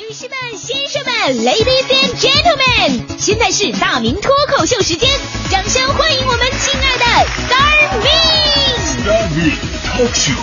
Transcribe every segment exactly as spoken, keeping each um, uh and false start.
女士们、先生们 ，Ladies and Gentlemen， 现在是大明脱口秀时间，掌声欢迎我们亲爱的 Star Me。Star Me Talk Show。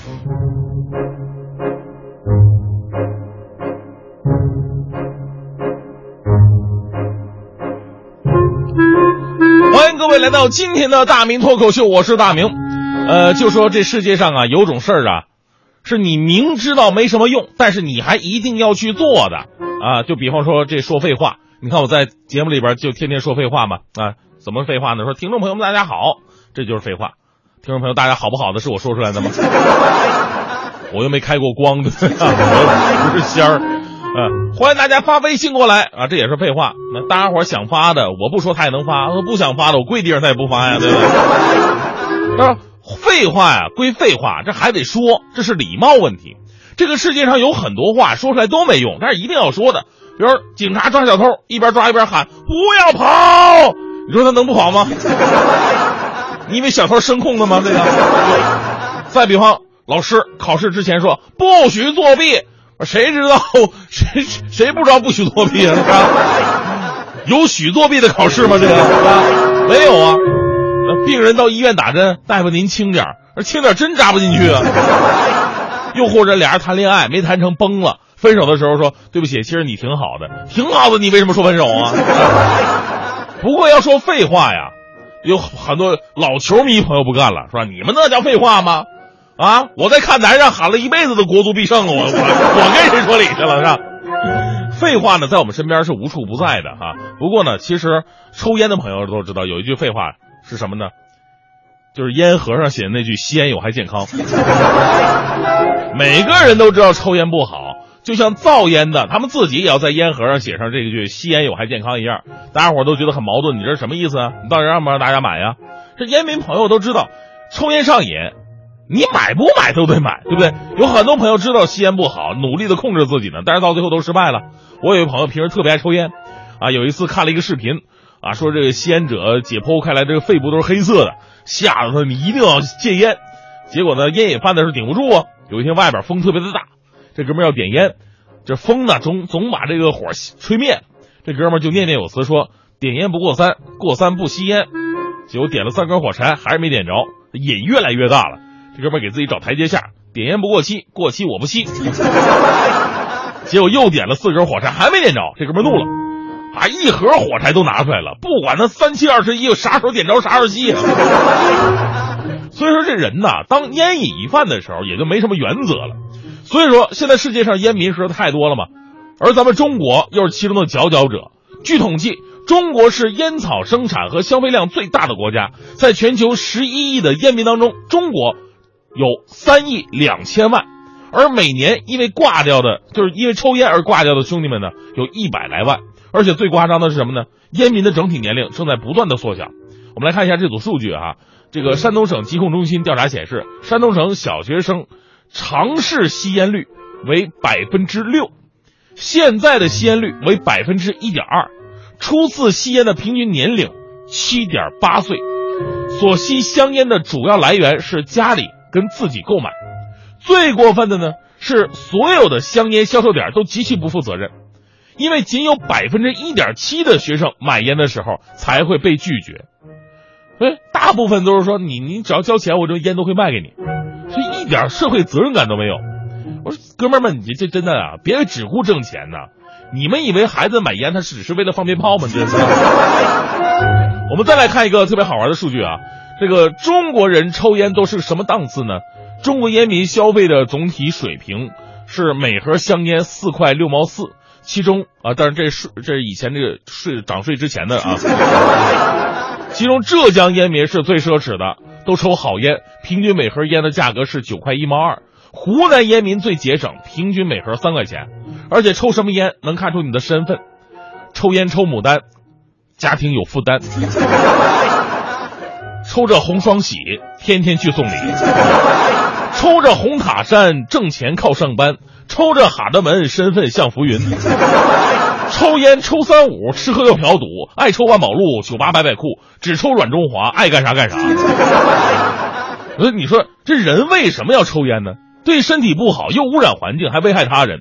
欢迎各位来到今天的大明脱口秀，我是大明。呃，就说这世界上啊，有种事儿啊，是你明知道没什么用，但是你还一定要去做的啊。就比方说这说废话，你看我在节目里边就天天说废话嘛啊，怎么废话呢？说听众朋友们大家好，这就是废话。听众朋友大家好不好的是我说出来的吗？我又没开过光的，我不是仙儿。嗯，欢迎大家发微信过来啊，这也是废话。那大家伙想发的，我不说他也能发；不想发的，我跪地上他也不发呀，对不对？啊，废话呀，归废话，这还得说，这是礼貌问题。这个世界上有很多话说出来都没用，但是一定要说的。比如警察抓小偷，一边抓一边喊不要跑，你说他能不跑吗？你以为小偷声控的吗？这个。再比方，老师考试之前说不许作弊。谁知道谁谁不知道不许作弊啊？是吧？有许作弊的考试吗？这个啊，没有啊。病人到医院打针，大夫您轻点儿，轻点针扎不进去啊。又或者俩人谈恋爱没谈成崩了，分手的时候说对不起，其实你挺好的，挺好的，你为什么说分手啊？不过要说废话呀，有很多老球迷朋友不干了，说你们那叫废话吗？啊！我在看台上喊了一辈子的国足必胜，我我我跟谁说理去了是吧？废话呢，在我们身边是无处不在的哈。不过呢，其实抽烟的朋友都知道，有一句废话是什么呢？就是烟盒上写的那句"吸烟有害健康"。每个人都知道抽烟不好，就像造烟的，他们自己也要在烟盒上写上这句"吸烟有害健康"一样。大家伙都觉得很矛盾，你这是什么意思啊？你到底让不让大家买呀？这烟民朋友都知道，抽烟上瘾。你买不买都得买，对不对？有很多朋友知道吸烟不好，努力的控制自己呢，但是到最后都失败了。我有一个朋友平时特别爱抽烟啊，有一次看了一个视频啊，说这个吸烟者解剖开来这个肺部都是黑色的，吓得他你一定要戒烟。结果呢，烟瘾犯的是顶不住啊。有一天外边风特别的大，这哥们要点烟，这风呢总总把这个火吹灭，这哥们就念念有词说点烟不过三，过三不吸烟。结果点了三根火柴还是没点着，瘾越来越大了。这哥们给自己找台阶下，点烟不过期，过期我不吸。结果又点了四根火柴，还没点着，这哥们怒了，把一盒火柴都拿出来了，不管他三七二十一，啥时候点着啥时候吸。所以说这人呐，当烟瘾一犯的时候，也就没什么原则了。所以说现在世界上烟民实在太多了嘛，而咱们中国又是其中的佼佼者。据统计，中国是烟草生产和消费量最大的国家，在全球十一亿的烟民当中，中国有三亿两千万，而每年因为挂掉的，就是因为抽烟而挂掉的兄弟们呢，有一百来万。而且最夸张的是什么呢？烟民的整体年龄正在不断的缩小。我们来看一下这组数据哈，这个山东省疾控中心调查显示，山东省小学生尝试吸烟率为百分之六，现在的吸烟率为百分之一点二，初次吸烟的平均年龄七点八岁，所吸香烟的主要来源是家里跟自己购买。最过分的呢是所有的香烟销售点都极其不负责任，因为仅有百分之一点七的学生买烟的时候才会被拒绝，哎，大部分都是说你你只要交钱，我这烟都会卖给你，所以一点社会责任感都没有。我说哥们儿们，你这真的啊，别只顾挣钱呐！你们以为孩子买烟他只是为了放鞭炮吗？这是。我们再来看一个特别好玩的数据啊，这个中国人抽烟都是什么档次呢？中国烟民消费的总体水平是每盒香烟四块六毛四，其中啊，但是这是这是以前这个税涨税之前的啊，其中浙江烟民是最奢侈的，都抽好烟，平均每盒烟的价格是九块一毛二。湖南烟民最节省，平均每盒三块钱。而且抽什么烟能看出你的身份，抽烟抽牡丹，家庭有负担；抽着红双喜，天天去送礼；抽着红塔山，挣钱靠上班；抽着哈德门，身份像浮云；抽烟抽三五，吃喝又嫖赌，爱抽万宝路，酒吧摆摆裤，只抽软中华，爱干啥干啥。呃，你说这人为什么要抽烟呢？对身体不好，又污染环境，还危害他人。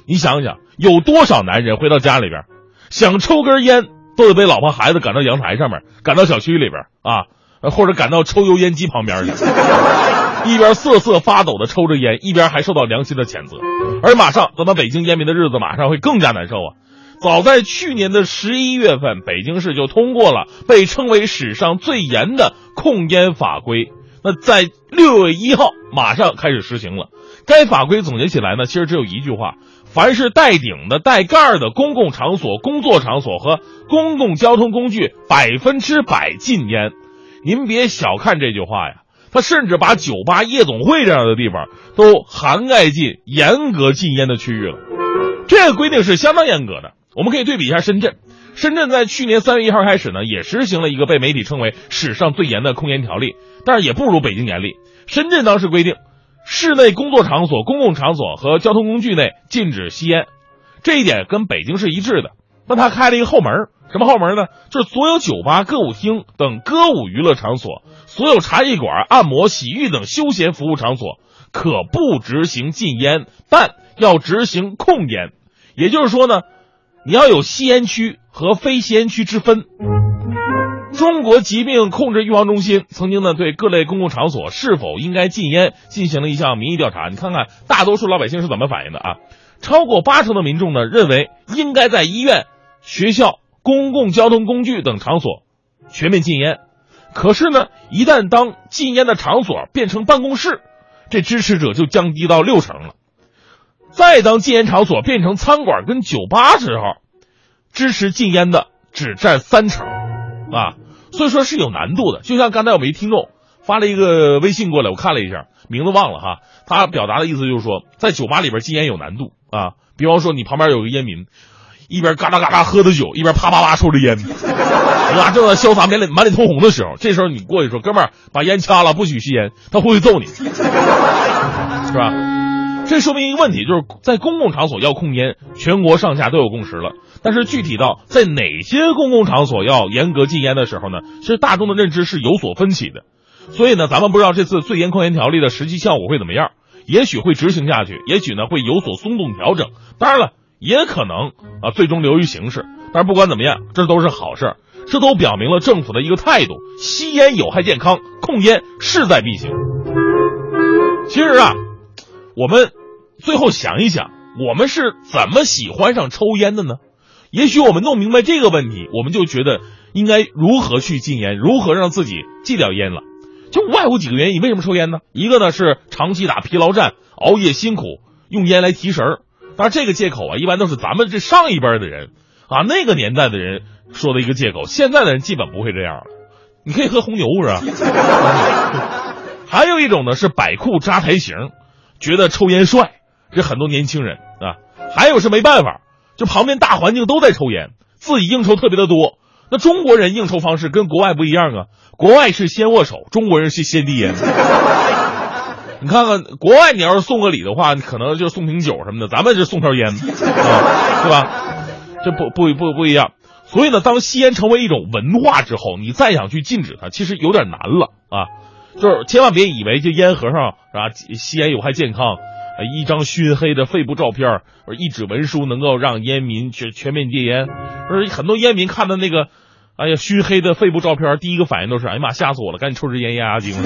你想想，有多少男人回到家里边，想抽根烟都得被老婆孩子赶到阳台上面，赶到小区里边啊，或者赶到抽油烟机旁边去，一边瑟瑟发抖的抽着烟，一边还受到良心的谴责。而马上咱们北京烟民的日子马上会更加难受啊！早在去年的十一月份，北京市就通过了被称为史上最严的控烟法规。那在六月一号马上开始实行了。该法规总结起来呢，其实只有一句话：凡是带顶的、带盖的公共场所、工作场所和公共交通工具，百分之百禁烟。您别小看这句话呀，它甚至把酒吧、夜总会这样的地方都涵盖进严格禁烟的区域了。这个规定是相当严格的。我们可以对比一下深圳，深圳在去年三月一号开始呢，也实行了一个被媒体称为史上最严的控烟条例，但是也不如北京严厉。深圳当时规定，室内工作场所、公共场所和交通工具内禁止吸烟，这一点跟北京是一致的。那他开了一个后门，什么后门呢？就是所有酒吧、歌舞厅等歌舞娱乐场所，所有茶艺馆、按摩、洗浴等休闲服务场所可不执行禁烟，但要执行控烟。也就是说呢，你要有吸烟区和非吸烟区之分。中国疾病控制预防中心曾经呢对各类公共场所是否应该禁烟进行了一项民意调查，你看看大多数老百姓是怎么反应的啊？超过八成的民众呢认为应该在医院、学校、公共交通工具等场所全面禁烟。可是呢，一旦当禁烟的场所变成办公室，这支持者就降低到六成了。再当禁烟场所变成餐馆跟酒吧时候，支持禁烟的只占三成啊，所以说是有难度的。就像刚才我们一听众发了一个微信过来，我看了一下，名字忘了哈，他表达的意思就是说，在酒吧里边禁烟有难度啊。比方说你旁边有个烟民，一边嘎哒嘎哒喝的酒，一边啪啪啪抽着烟，哇，正在潇洒满脸满脸通红的时候，这时候你过去说，哥们儿把烟掐了，不许吸烟，他会不会揍你？是吧？这说明一个问题，就是在公共场所要控烟，全国上下都有共识了。但是具体到在哪些公共场所要严格禁烟的时候呢，其实大众的认知是有所分歧的。所以呢，咱们不知道这次最严控烟条例的实际效果会怎么样，也许会执行下去，也许呢会有所松动调整。当然了，也可能啊最终流于形式。但是不管怎么样，这都是好事，这都表明了政府的一个态度：吸烟有害健康，控烟势在必行。其实啊，我们最后想一想，我们是怎么喜欢上抽烟的呢？也许我们弄明白这个问题，我们就觉得应该如何去禁烟，如何让自己戒掉烟了。就无外乎几个原因，为什么抽烟呢？一个呢是长期打疲劳战，熬夜辛苦，用烟来提神儿。当然这个借口啊，一般都是咱们这上一辈的人啊，那个年代的人说的一个借口，现在的人基本不会这样了。你可以喝红牛是吧？还有一种呢是摆酷扎台型，觉得抽烟帅，这很多年轻人啊。还有是没办法，就旁边大环境都在抽烟，自己应酬特别的多。那中国人应酬方式跟国外不一样啊，国外是先握手，中国人是先递烟。你看看国外，你要是送个礼的话，你可能就送瓶酒什么的，咱们是送条烟，啊，对吧？这不不不不一样。所以呢，当吸烟成为一种文化之后，你再想去禁止它，其实有点难了啊。就是千万别以为这烟盒上啊吸烟有害健康，一张熏黑的肺部照片，一纸文书能够让烟民全全面戒烟。而很多烟民看到那个，哎呀熏黑的肺部照片，第一个反应都是，哎呀妈，吓死我了，赶紧抽支烟压压惊。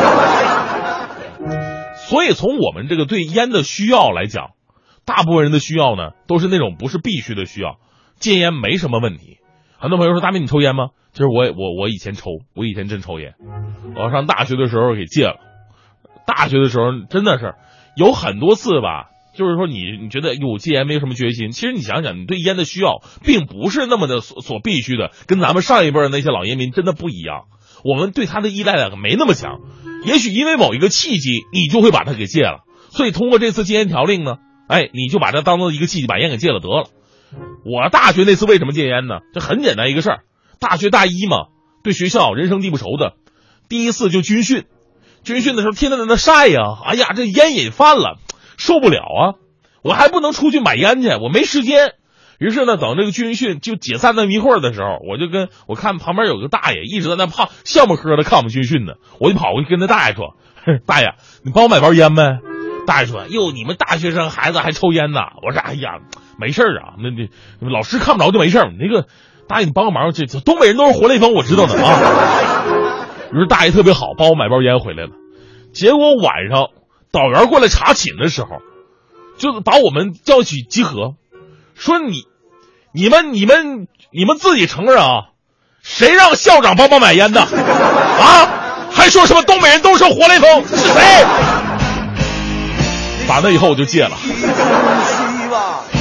所以从我们这个对烟的需要来讲，大部分人的需要呢，都是那种不是必须的需要。戒烟没什么问题。很多朋友说，大明你抽烟吗？其实我我我以前抽，我以前真抽烟，我上大学的时候给戒了。大学的时候真的是有很多次吧，就是说你你觉得哟戒烟没有什么决心，其实你想想，你对烟的需要并不是那么的所所必须的，跟咱们上一辈的那些老烟民真的不一样。我们对他的依赖感没那么强，也许因为某一个契机，你就会把它给戒了。所以通过这次戒烟条令呢，哎，你就把它当做一个契机，把烟给戒了得了。我大学那次为什么戒烟呢？这很简单一个事儿，大学大一嘛，对学校人生地不熟的，第一次就军训，军训的时候天天在那晒呀，哎呀，这烟瘾犯了，受不了啊！我还不能出去买烟去，我没时间。于是呢，等这个军训就解散那么一会儿的时候，我就跟我看旁边有个大爷一直在那泡笑么呵的看我们军训呢，我就跑过去跟那大爷说：“大爷，你帮我买包烟呗。” 大爷说：“哟，你们大学生孩子还抽烟呢？”我说：“哎呀，没事啊，那那老师看不着就没事。那个大爷，你帮个忙，这东北人都是活雷锋，我知道的啊。”于是大爷特别好，帮我买包烟回来了。结果晚上导员过来查寝的时候，就把我们叫起集合，说你、你们、你们、你们自己承认啊，谁让校长帮忙买烟的啊？还说什么东北人都是活雷锋，是谁？打那以后我就戒了。